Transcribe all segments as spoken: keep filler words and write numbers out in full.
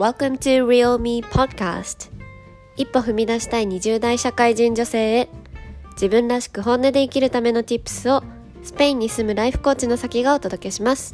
Welcome to Real Me Podcast。 一歩踏み出したいにじゅう代社会人女性へ、自分らしく本音で生きるための Tips をスペインに住むライフコーチのさきがお届けします。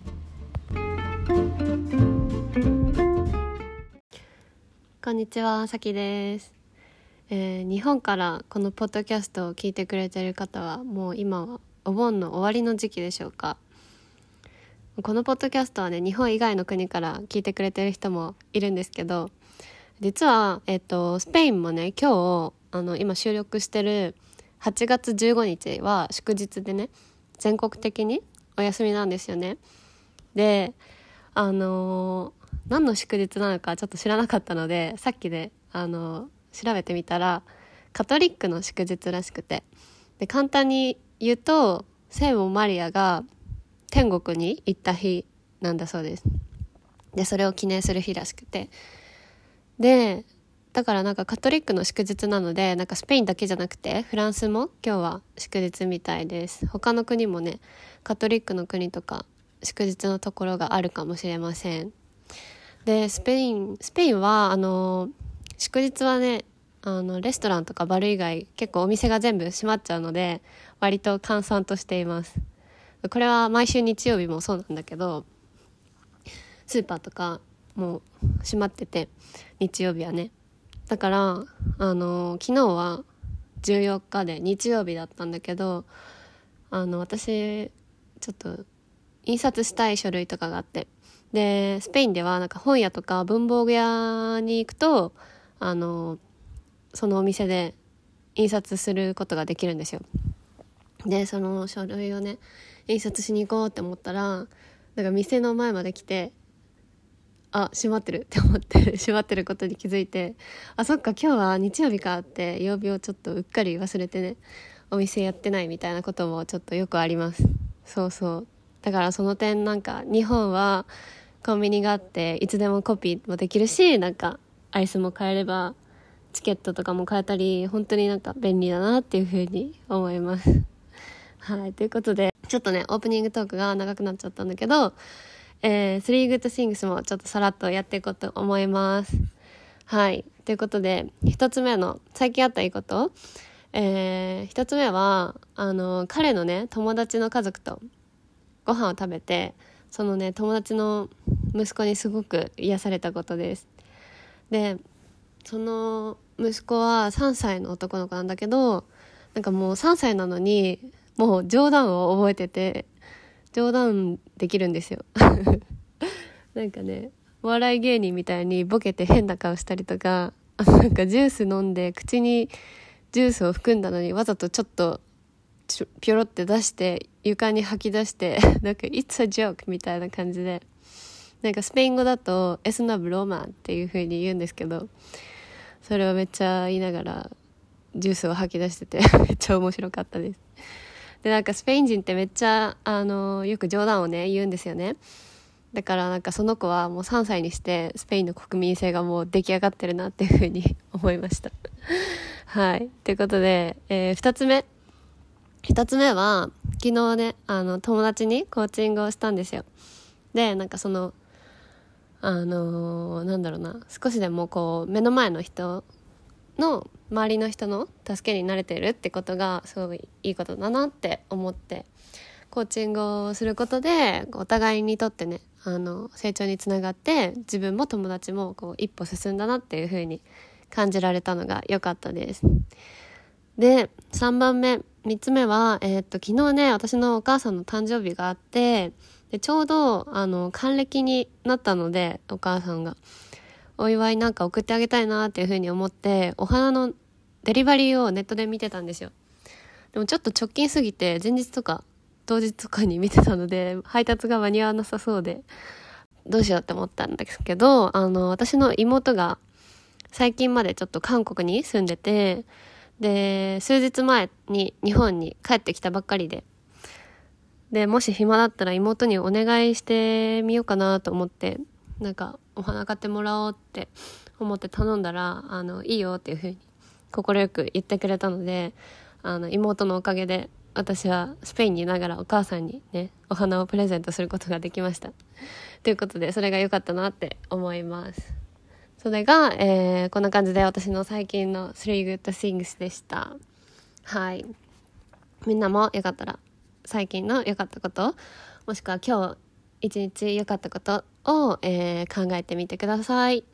こんにちは、さきです。えー、日本からこのポッドキャストを聞いてくれている方はもう今はお盆の終わりの時期でしょうか。このポッドキャストはね、日本以外の国から聞いてくれてる人もいるんですけど、実は、えっと、スペインもね、今日あの今収録してるはちがつじゅうごにちは祝日でね、全国的にお休みなんですよね。で、あのー、何の祝日なのかちょっと知らなかったので、さっきで、あのー、調べてみたらカトリックの祝日らしくて、で簡単に言うと聖母マリアが天国に行った日なんだそうです。でそれを記念する日らしくて、でだからなんかカトリックの祝日なので、なんかスペインだけじゃなくてフランスも今日は祝日みたいです。他の国もね、カトリックの国とか祝日のところがあるかもしれません。でスペインスペインはあの祝日はね、あのレストランとかバル以外結構お店が全部閉まっちゃうので、割と閑散としています。これは毎週日曜日もそうなんだけど、スーパーとかもう閉まってて、日曜日はね。だからあの昨日はじゅうよっかで日曜日だったんだけど、あの私ちょっと印刷したい書類とかがあって、でスペインではなんか本屋とか文房具屋に行くと、あのそのお店で印刷することができるんですよ。でその書類をね印刷しに行こうって思ったら、なんか店の前まで来て、あ、閉まってるって思って閉まってることに気づいて、あ、そっか今日は日曜日かって曜日をちょっとうっかり忘れてね、お店やってないみたいなこともちょっとよくあります。そうそう、だからその点なんか日本はコンビニがあっていつでもコピーもできるし、なんかアイスも買えればチケットとかも買えたり、本当になんか便利だなっていうふうに思います。はい、ということでちょっとねオープニングトークが長くなっちゃったんだけど、えー、スリー Good Things もちょっとさらっとやっていこうと思います。はい、ということで一つ目の最近あったいいこと、えー、一つ目はあの彼のね友達の家族とご飯を食べて、そのね友達の息子にすごく癒されたことです。でその息子はさんさいの男の子なんだけど、なんかもうさんさいなのにもう冗談を覚えてて、冗談できるんですよなんかね、お笑い芸人みたいにボケて変な顔したりとか、なんかジュース飲んで口にジュースを含んだのにわざとちょっとちょピョロって出して床に吐き出してなんか It's a joke みたいな感じで、なんかスペイン語だと Es una broma っていう風に言うんですけど、それをめっちゃ言いながらジュースを吐き出しててめっちゃ面白かったです。でなんかスペイン人ってめっちゃあのよく冗談をね言うんですよね。だからなんかその子はもうさんさいにしてスペインの国民性がもう出来上がってるなっていう風に思いましたはい、ということで、えー、ふたつめふたつめは昨日ね、あの友達にコーチングをしたんですよ。でなんかそのあのー、なんだろうな、少しでもこう目の前の人の周りの人の助けになれてるってことがすごいいいことだなって思って、コーチングをすることでお互いにとってね、あの成長につながって、自分も友達もこう一歩進んだなっていう風に感じられたのが良かったです。でさんばんめみっつめは、えー、っと昨日ね私のお母さんの誕生日があって、でちょうどあの還暦になったので、お母さんがお祝いなんか送ってあげたいなっていう風に思って、お花のデリバリーをネットで見てたんですよ。でもちょっと直近すぎて前日とか当日とかに見てたので配達が間に合わなさそうでどうしようって思ったんですけど、あの私の妹が最近までちょっと韓国に住んでて、で数日前に日本に帰ってきたばっかりで、でもし暇だったら妹にお願いしてみようかなと思って、なんかお花買ってもらおうって思って頼んだら、あのいいよっていう風に快く言ってくれたので、あの妹のおかげで私はスペインにいながらお母さんにねお花をプレゼントすることができましたということで、それが良かったなって思います。それが、えー、こんな感じで私の最近のスリー Good Things でした。はい、みんなもよかったら最近の良かったこと、もしくは今日一日良かったことを、えー、考えてみてください。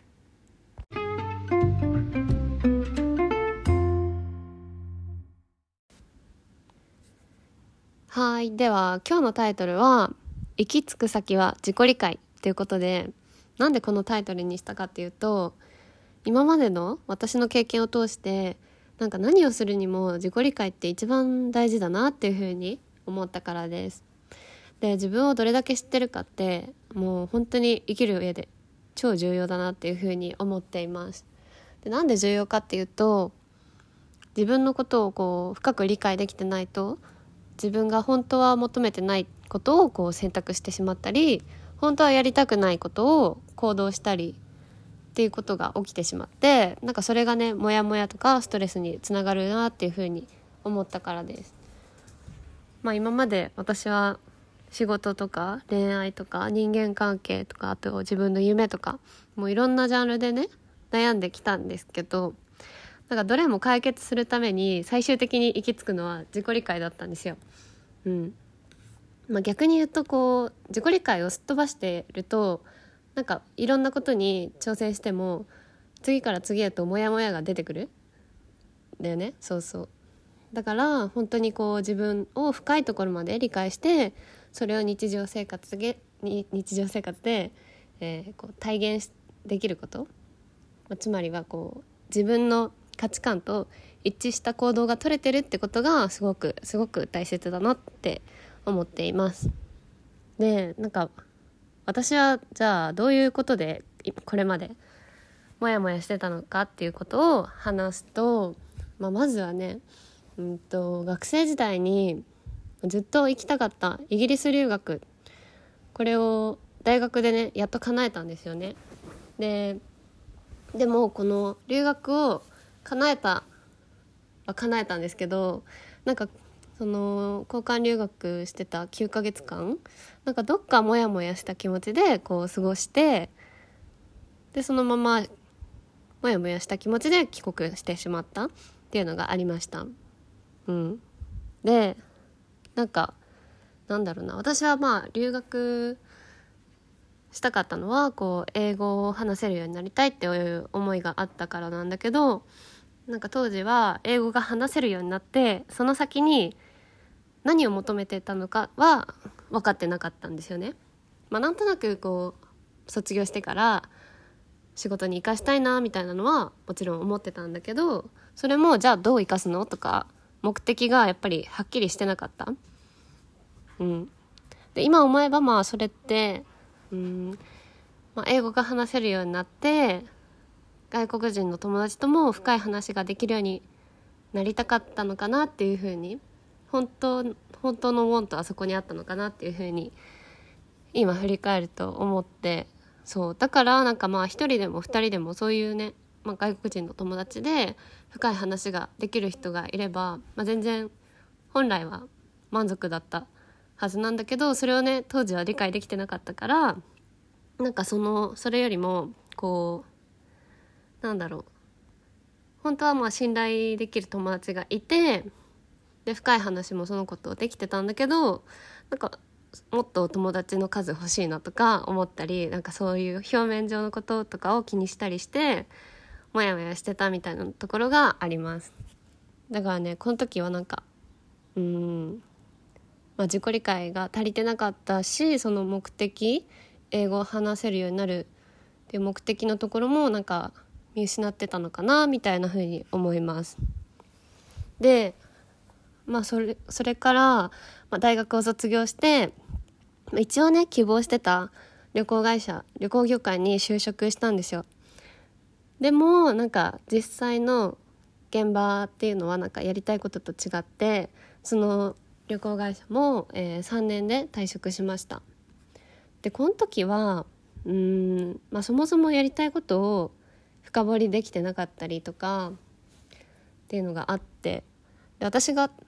はい、では今日のタイトルは行き着く先は自己理解ということで、なんでこのタイトルにしたかっていうと、今までの私の経験を通してなんか何をするにも自己理解って一番大事だなっていうふうに思ったからです。で、自分をどれだけ知ってるかってもう本当に生きる上で超重要だなっていうふうに思っています。で、なんで重要かっていうと、自分のことをこう深く理解できてないと、自分が本当は求めてないことをこう選択してしまったり、本当はやりたくないことを行動したりっていうことが起きてしまって、なんかそれがねモヤモヤとかストレスにつながるなっていうふうに思ったからです。まあ今まで私は仕事とか恋愛とか人間関係とか、あと自分の夢とか、もういろんなジャンルでね悩んできたんですけど、なんかどれも解決するために最終的に行き着くのは自己理解だったんですよ。うんまあ、逆に言うとこう自己理解をすっ飛ばしてると、なんかいろんなことに挑戦しても次から次へとモヤモヤが出てくるだよね。そうそう、だから本当にこう自分を深いところまで理解して、それを日常生活でに日常生活で、えーこう体現できること、まあつまりはこう自分の価値観と一致した行動が取れてるってことがすごくすごく大切だなって思っています。で、なんか私はじゃあどういうことでこれまでモヤモヤしてたのかっていうことを話すと、まあ、まずはね、うんと学生時代にずっと行きたかったイギリス留学、これを大学でねやっと叶えたんですよね。ででもこの留学を叶えたは叶えたんですけど、なんかその交換留学してたきゅうかげつかん、なんかどっかモヤモヤした気持ちでこう過ごして、でそのままモヤモヤした気持ちで帰国してしまったっていうのがありました。うん、でなんかなんだろうな、私はまあ留学したかったのはこう英語を話せるようになりたいっていう思いがあったからなんだけど、なんか当時は英語が話せるようになって、その先に何を求めてたのかは分かってなかったんですよね。まあ、なんとなくこう卒業してから仕事に生かしたいなみたいなのはもちろん思ってたんだけど、それもじゃあどう生かすのとか目的がやっぱりはっきりしてなかった。うん、で今思えばまあそれって、うんまあ、英語が話せるようになって外国人の友達とも深い話ができるようになりたかったのかなっていうふうに、本当本当のウォンとはそこにあったのかなっていうふうに今振り返ると思って、そうだからなんかまあ一人でも二人でもそういうね、まあ、外国人の友達で深い話ができる人がいれば、まあ、全然本来は満足だったはずなんだけど、それをね当時は理解できてなかったから、なんかそのそれよりもこうなんだろう、本当はまあ信頼できる友達がいて、で深い話もその子とできてたんだけど、なんかもっと友達の数欲しいなとか思ったり、なんかそういう表面上のこととかを気にしたりしてモヤモヤしてたみたいなところがあります。だからねこの時はなんかうーん、まあ、自己理解が足りてなかったし、その目的、英語を話せるようになるっていう目的のところもなんか見失ってたのかなみたいな風に思います。でまあそれそれから、まあ、大学を卒業して一応ね希望してた旅行会社旅行業界に就職したんですよ。でもなんか実際の現場っていうのはなんかやりたいことと違って、その旅行会社も、えー、さんねんで退職しました。でこの時はうーん、まあ、そもそもやりたいことを深掘りできてなかったりとかっていうのがあって、で私が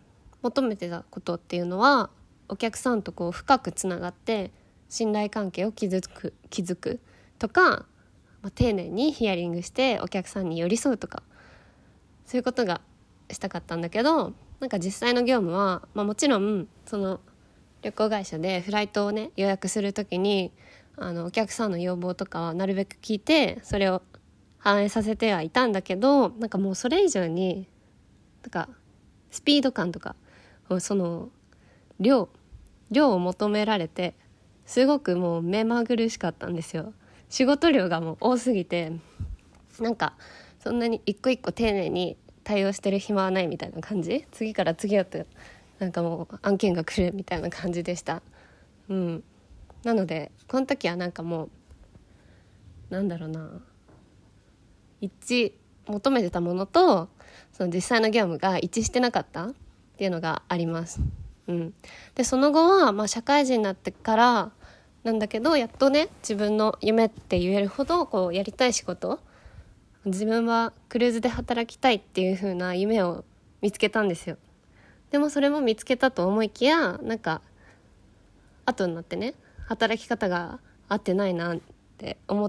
求めてたことっていうのはお客さんとこう深くつながって信頼関係を築く、築くとか、まあ、丁寧にヒアリングしてお客さんに寄り添うとか、そういうことがしたかったんだけど、なんか実際の業務は、まあ、もちろんその旅行会社でフライトをね予約するときにあのお客さんの要望とかはなるべく聞いてそれを反映させてはいたんだけど、なんかもうそれ以上になんかスピード感とかその量量を求められてすごくもう目まぐるしかったんですよ。仕事量がもう多すぎて、なんかそんなに一個一個丁寧に対応してる暇はないみたいな感じ、次から次へとなんかもう案件が来るみたいな感じでした。うん。なのでこの時はなんかもうなんだろうな、一致求めてたものとその実際の業務が一致してなかったっていうのがあります。うん、でその後は、まあ、社会人になってからなんだけど、やっとね自分の夢って言えるほどこうやりたい仕事、自分はクルーズで働きたいっていう風な夢を見つけたんですよ。でもそれも見つけたと思いきや、なんか後になってね働き方が合ってないなって思って、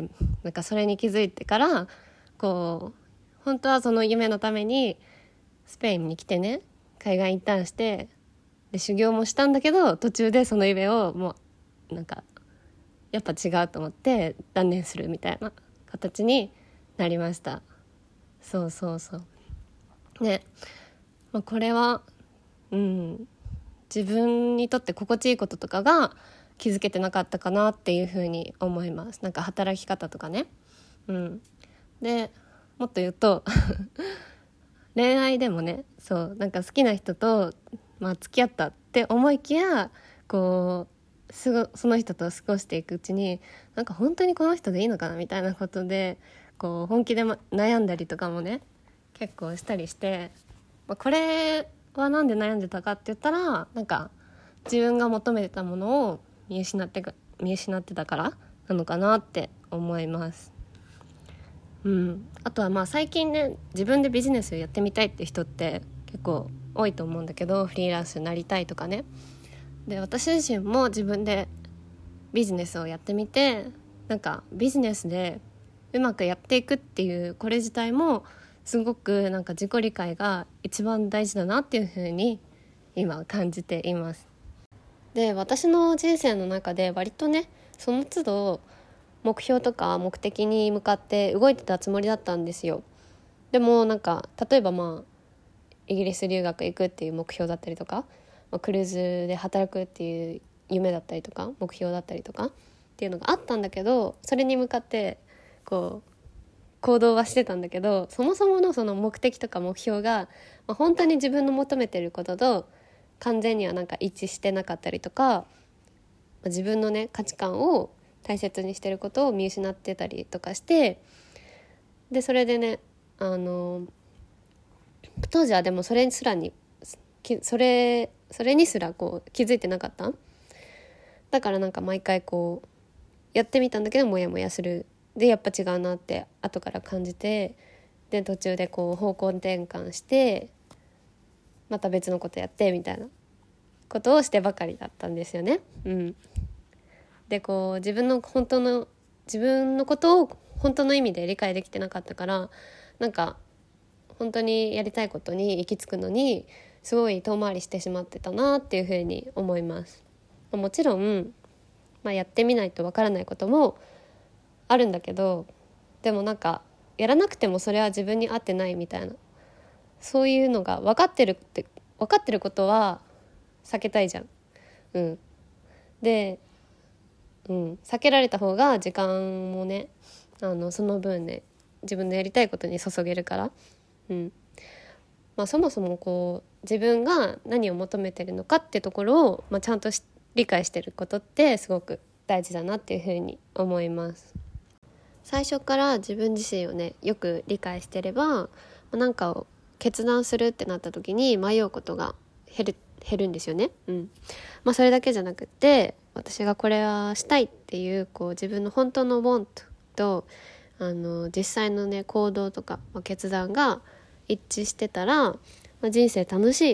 なんかそれに気づいてからこう本当はその夢のためにスペインに来てね海外インターンしてで修行もしたんだけど、途中でその夢をもうなんかやっぱ違うと思って断念するみたいな形になりました。そうそうそうね、まあ、これはうん自分にとって心地いいこととかが気づけてなかったかなっていうふうに思います。なんか働き方とかね。うんでもっと言うと恋愛でもね、そうなんか好きな人と、まあ、付き合ったって思いきやこうすごその人と過ごしていくうちになんか本当にこの人でいいのかなみたいなことでこう本気で、ま、悩んだりとかもね結構したりして、まあ、これはなんで悩んでたかって言ったら、なんか自分が求めてたものを見失ってか見失ってたからなのかなって思います。うん、あとはまあ最近ね自分でビジネスをやってみたいって人って結構多いと思うんだけど、フリーランスになりたいとかね。で私自身も自分でビジネスをやってみて、なんかビジネスでうまくやっていくっていうこれ自体もすごくなんか自己理解が一番大事だなっていうふうに今感じています。で私の人生の中で割とねその都度目標とか目的に向かって動いてたつもりだったんですよ。でもなんか例えばまあイギリス留学行くっていう目標だったりとか、まあ、クルーズで働くっていう夢だったりとか目標だったりとかっていうのがあったんだけど、それに向かってこう行動はしてたんだけど、そもそものその目的とか目標が、まあ、本当に自分の求めてることと完全にはなんか一致してなかったりとか、まあ、自分のね価値観を大切にしてることを見失ってたりとかして、でそれでねあの当時はでもそれにすらにそれそれにすらこう気づいてなかった。だからなんか毎回こうやってみたんだけどモヤモヤする、でやっぱ違うなって後から感じて、で途中でこう方向転換してまた別のことやってみたいなことをしてばかりだったんですよね。うん、でこう自分の本当の自分のことを本当の意味で理解できてなかったから、なんか本当にやりたいことに行き着くのにすごい遠回りしてしまってたなっていうふうに思います。もちろん、まあ、やってみないとわからないこともあるんだけど、でもなんかやらなくてもそれは自分に合ってないみたいな、そういうのが分かってるって分かってることは避けたいじゃん。うん、で、うん、避けられた方が時間もねあのその分ね自分のやりたいことに注げるから、うんまあ、そもそもこう自分が何を求めてるのかってところを、まあ、ちゃんとし理解してることってすごく大事だなっていうふうに思います。最初から自分自身をねよく理解してれば、なんかを決断するってなった時に迷うことが減る減るんですよね。うんまあ、それだけじゃなくて、私がこれはしたいっていう、こう自分の本当の want とあの実際のね行動とか、まあ、決断が一致してたら、まあ、人生楽しい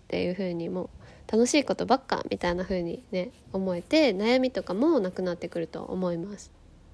っていう風に、もう楽しいことばっかみたいな風にね思えて、悩みとかもなくなってくると思います。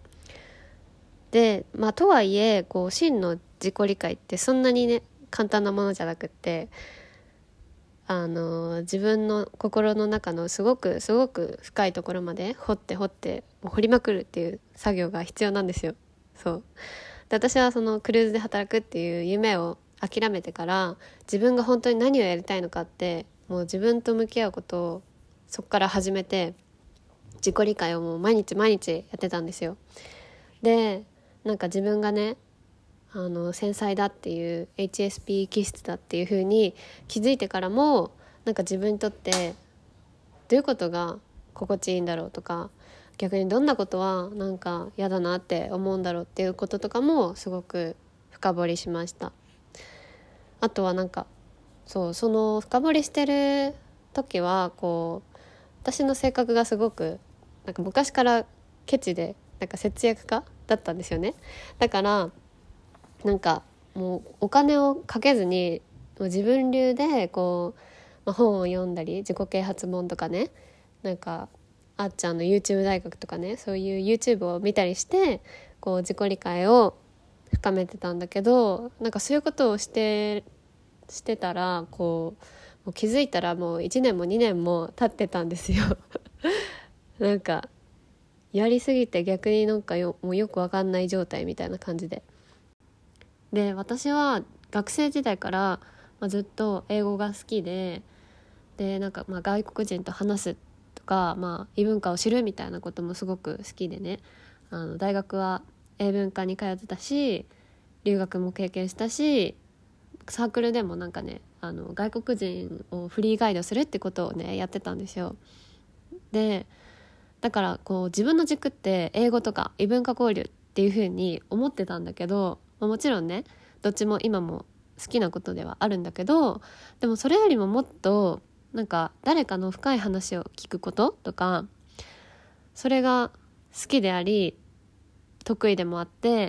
でまあとはいえこう真の自己理解ってそんなにね簡単なものじゃなくって、あの自分の心の中のすごくすごく深いところまで掘って掘って掘りまくるっていう作業が必要なんですよ。そうで私はそのクルーズで働くっていう夢を諦めてから、自分が本当に何をやりたいのかって、もう自分と向き合うことをそこから始めて、自己理解をもう毎日毎日やってたんですよ。でなんか自分がねあの繊細だっていう エイチエスピー 気質だっていう風に気づいてからも、なんか自分にとってどういうことが心地いいんだろうとか、逆にどんなことはなんか嫌だなって思うんだろうっていうこととかもすごく深掘りしました。あとはなんかそうその深掘りしてる時はこう私の性格がすごくなんか昔からケチで、なんか節約家だったんですよね。だからなんかもうお金をかけずにもう自分流でこう、まあ、本を読んだり自己啓発本とかね、なんかあっちゃんの YouTube 大学とかね、そういう YouTube を見たりしてこう自己理解を深めてたんだけど、なんかそういうことをしてしてたらこう、もう気づいたらもういちねんもにねんも経ってたんですよなんかやりすぎて逆になんかよもうよくわかんない状態みたいな感じで、で私は学生時代から、まあ、ずっと英語が好きで、でなんかまあ外国人と話すとか、まあ、異文化を知るみたいなこともすごく好きでね、あの大学は英文科に通ってたし、留学も経験したし、サークルでもなんかねあの外国人をフリーガイドするってことをねやってたんですよ。でだからこう自分の軸って英語とか異文化交流っていう風に思ってたんだけど、まあ、もちろんねどっちも今も好きなことではあるんだけど、でもそれよりももっとなんか誰かの深い話を聞くこととか、それが好きであり得意でもあって、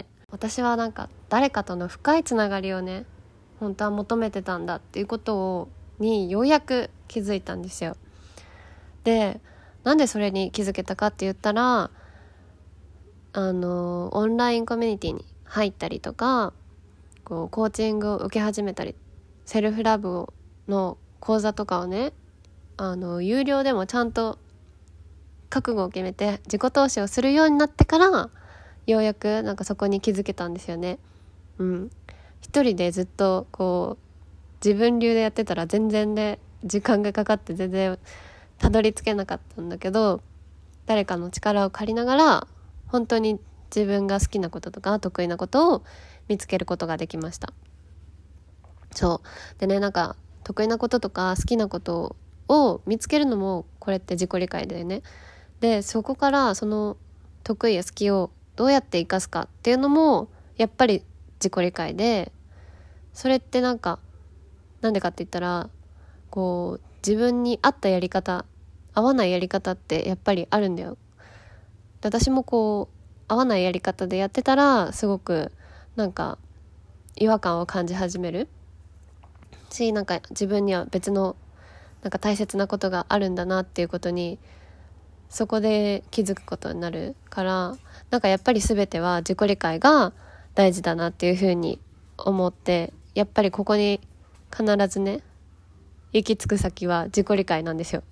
私はなんか誰かとの深いつながりをね本当は求めてたんだっていうことをにようやく気づいたんですよ。でなんでそれに気づけたかって言ったら、あのオンラインコミュニティに入ったりとか、こうコーチングを受け始めたり、セルフラブの講座とかをねあの有料でもちゃんと覚悟を決めて自己投資をするようになってから、ようやくなんかそこに気づけたんですよね。うん、一人でずっとこう自分流でやってたら全然で、ね、時間がかかって全然たどり着けなかったんだけど、誰かの力を借りながら本当に自分が好きなこととか得意なことを見つけることができました。そうでね、なんか得意なこととか好きなことを見つけるのもこれって自己理解だよね。でそこからその得意や好きをどうやって生かすかっていうのもやっぱり自己理解で、それってなんかなんでかって言ったら、こう自分に合ったやり方合わないやり方ってやっぱりあるんだよ。で私もこう合わないやり方でやってたらすごくなんか違和感を感じ始めるし、なんか自分には別のなんか大切なことがあるんだなっていうことにそこで気づくことになるから、なんかやっぱり全ては自己理解が大事だなっていうふうに思って、やっぱりここに必ずね行き着く先は自己理解なんですよ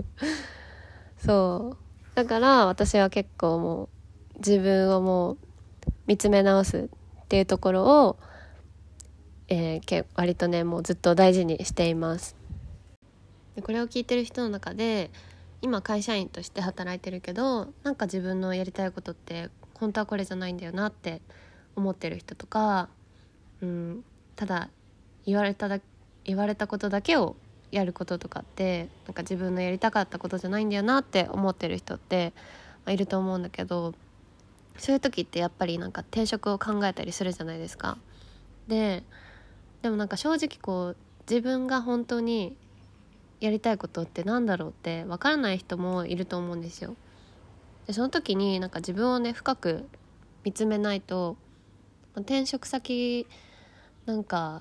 そうだから私は結構もう自分をもう見つめ直すっていうところを、えー、割とねもうずっと大事にしています。でこれを聞いてる人の中で今会社員として働いてるけど、なんか自分のやりたいことって本当はこれじゃないんだよなって思ってる人とか、うん、ただ言われただ言われたことだけをやることとかってなんか自分のやりたかったことじゃないんだよなって思ってる人って、まあ、いると思うんだけど、そういう時ってやっぱりなんか転職を考えたりするじゃないですか。ででもなんか正直こう自分が本当にやりたいことってなんだろうって分からない人もいると思うんですよ。でその時になんか自分をね深く見つめないと、転職先なんか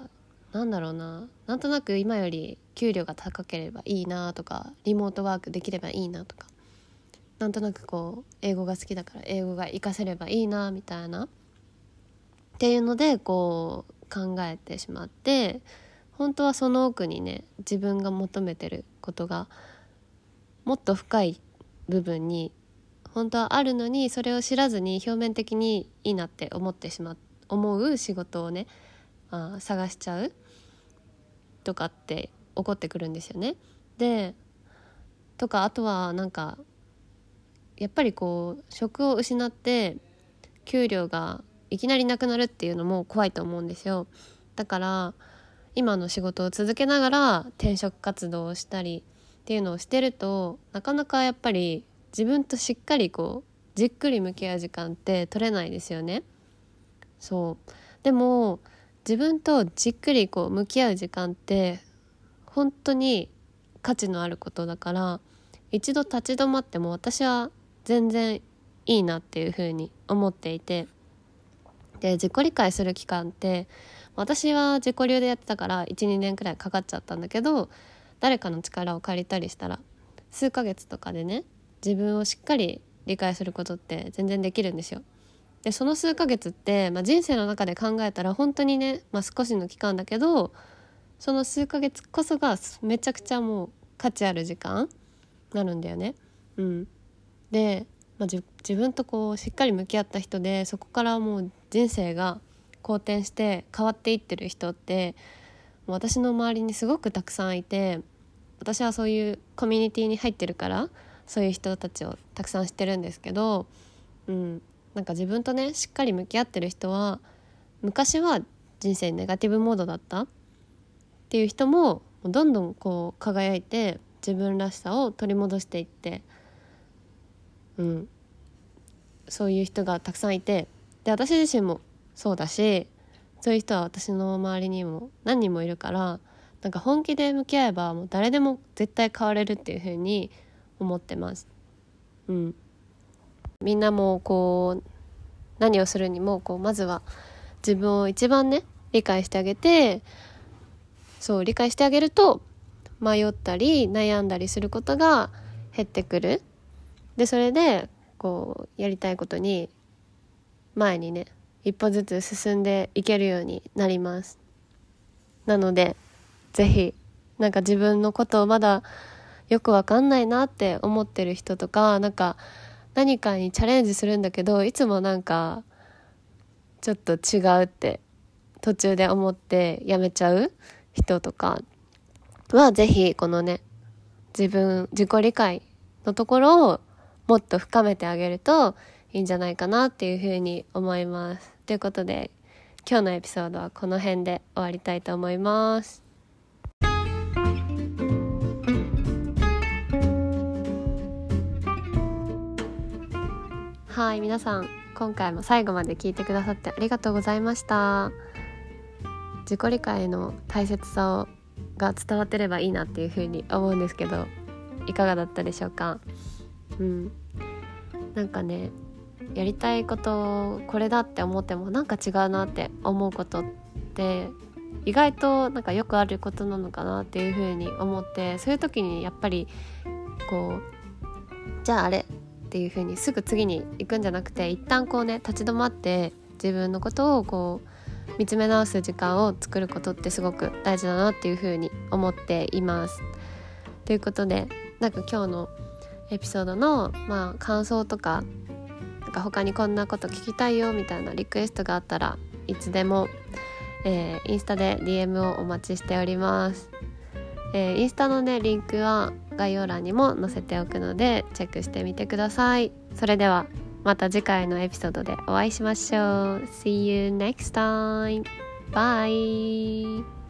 なんだろうななんとなく今より給料が高ければいいなとか、リモートワークできればいいなとか、なんとなくこう英語が好きだから英語が活かせればいいなみたいなっていうのでこう考えてしまって、本当はその奥にね自分が求めてることがもっと深い部分に本当はあるのに、それを知らずに表面的にいいなって思ってしまう思う仕事をねあ探しちゃうとかって起こってくるんですよね。でとかあとはなんかやっぱりこう職を失って給料がいきなりなくなるっていうのも怖いと思うんですよ。だから今の仕事を続けながら転職活動をしたりっていうのをしてると、なかなかやっぱり自分としっかりこうじっくり向き合う時間って取れないですよね。そうでも自分とじっくりこう向き合う時間って本当に価値のあることだから、一度立ち止まっても私は全然いいなっていうふうに思っていて、で自己理解する期間って私は自己流でやってたから いちにねんくらいかかっちゃったんだけど、誰かの力を借りたりしたら数ヶ月とかでね自分をしっかり理解することって全然できるんですよ。でその数ヶ月って、まあ、人生の中で考えたら本当にね、まあ、少しの期間だけど、その数ヶ月こそがめちゃくちゃもう価値ある時間なるんだよね。うん、で、まあ、じ自分とこうしっかり向き合った人で、そこからもう人生が好転して変わっていってる人って私の周りにすごくたくさんいて、私はそういうコミュニティに入ってるからそういう人たちをたくさん知ってるんですけど、うん、なんか自分とねしっかり向き合ってる人は、昔は人生ネガティブモードだったっていう人もどんどんこう輝いて自分らしさを取り戻していって、うん、そういう人がたくさんいて、で私自身もそうだし、そういう人は私の周りにも何人もいるから、なんか本気で向き合えばもう誰でも絶対変われるっていう風に思ってます。うん、みんなもこう何をするにもこうまずは自分を一番ね理解してあげて、そう理解してあげると迷ったり悩んだりすることが減ってくる。でそれでこうやりたいことに前にね一歩ずつ進んでいけるようになります。なのでぜひなんか自分のことをまだよくわかんないなって思ってる人とか、なんか何かにチャレンジするんだけどいつもなんかちょっと違うって途中で思ってやめちゃう人とかは、ぜひこのね自分自己理解のところをもっと深めてあげるといいんじゃないかなっていうふうに思います。ということで今日のエピソードはこの辺で終わりたいと思います。はい、皆さん今回も最後まで聞いてくださってありがとうございました。自己理解の大切さをが伝わってればいいなっていうふうに思うんですけど、いかがだったでしょうか。うん、なんかねやりたいことこれだって思ってもなんか違うなって思うことって意外となんかよくあることなのかなっていうふうに思って、そういう時にやっぱりこうじゃああれっていうふうにすぐ次に行くんじゃなくて、一旦こうね立ち止まって自分のことをこう見つめ直す時間を作ることってすごく大事だなっていうふうに思っています。ということでなんか今日のエピソードの、まあ、感想とか、なんか他にこんなこと聞きたいよみたいなリクエストがあったらいつでも、えー、インスタで ディーエム をお待ちしております。えー、インスタのねリンクは概要欄にも載せておくのでチェックしてみてください。それではまた次回のエピソードでお会いしましょう。See you next time. Bye.